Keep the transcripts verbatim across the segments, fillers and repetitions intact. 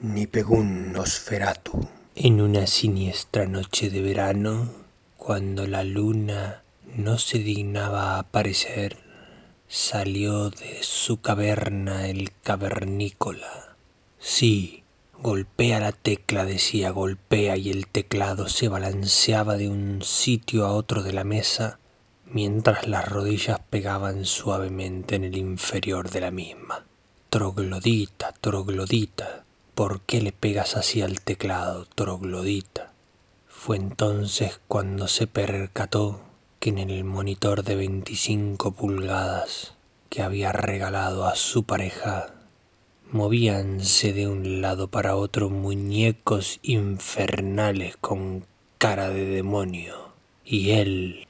ni pegó un Nosferatu. En una siniestra noche de verano, cuando la luna no se dignaba aparecer, salió de su caverna el cavernícola. Sí, golpea la tecla, decía, golpea, y el teclado se balanceaba de un sitio a otro de la mesa, mientras las rodillas pegaban suavemente en el inferior de la misma. Troglodita, troglodita, ¿por qué le pegas así al teclado, troglodita? Fue entonces cuando se percató que en el monitor de veinticinco pulgadas que había regalado a su pareja, movíanse de un lado para otro muñecos infernales con cara de demonio, y él,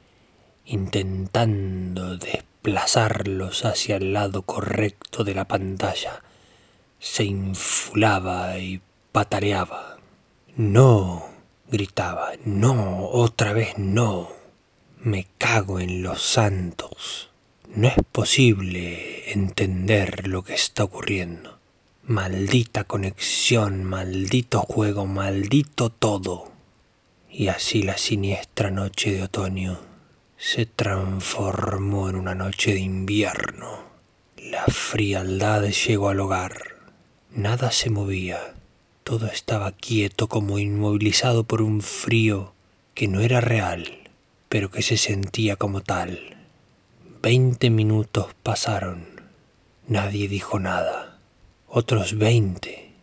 intentando desplazarlos hacia el lado correcto de la pantalla, se infulaba y pataleaba. ¡No!, gritaba. ¡No! ¡Otra vez no! Me cago en los santos. No es posible entender lo que está ocurriendo. Maldita conexión, maldito juego, maldito todo. Y así la siniestra noche de otoño se transformó en una noche de invierno. La frialdad llegó al hogar. Nada se movía. Todo estaba quieto, como inmovilizado por un frío que no era real, pero que se sentía como tal. Veinte minutos pasaron. Nadie dijo nada. Otros veinte.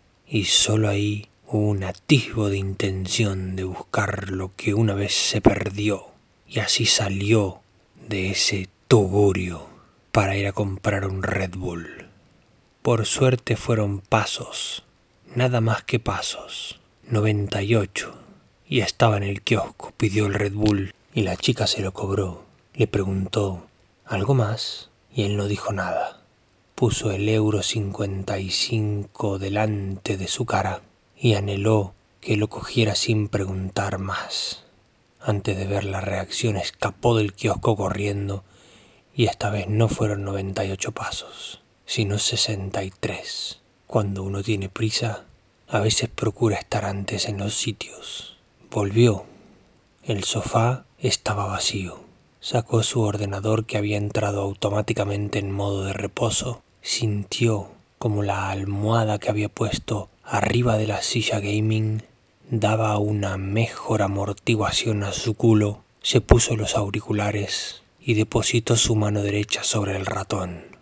Y solo ahí hubo un atisbo de intención de buscar lo que una vez se perdió. Y así salió de ese tugurio para ir a comprar un Red Bull. Por suerte fueron pasos, nada más que pasos, noventa y ocho, y estaba en el kiosco, pidió el Red Bull y la chica se lo cobró. Le preguntó, ¿algo más? Y él no dijo nada. Puso el euro cincuenta y cinco delante de su cara y anheló que lo cogiera sin preguntar más. Antes de ver la reacción, escapó del kiosco corriendo, y esta vez no fueron noventa y ocho pasos, sino sesenta y tres. Cuando uno tiene prisa, a veces procura estar antes en los sitios. Volvió. El sofá estaba vacío. Sacó su ordenador, que había entrado automáticamente en modo de reposo. Sintió como la almohada que había puesto arriba de la silla gaming daba una mejor amortiguación a su culo. Se puso los auriculares y depositó su mano derecha sobre el ratón.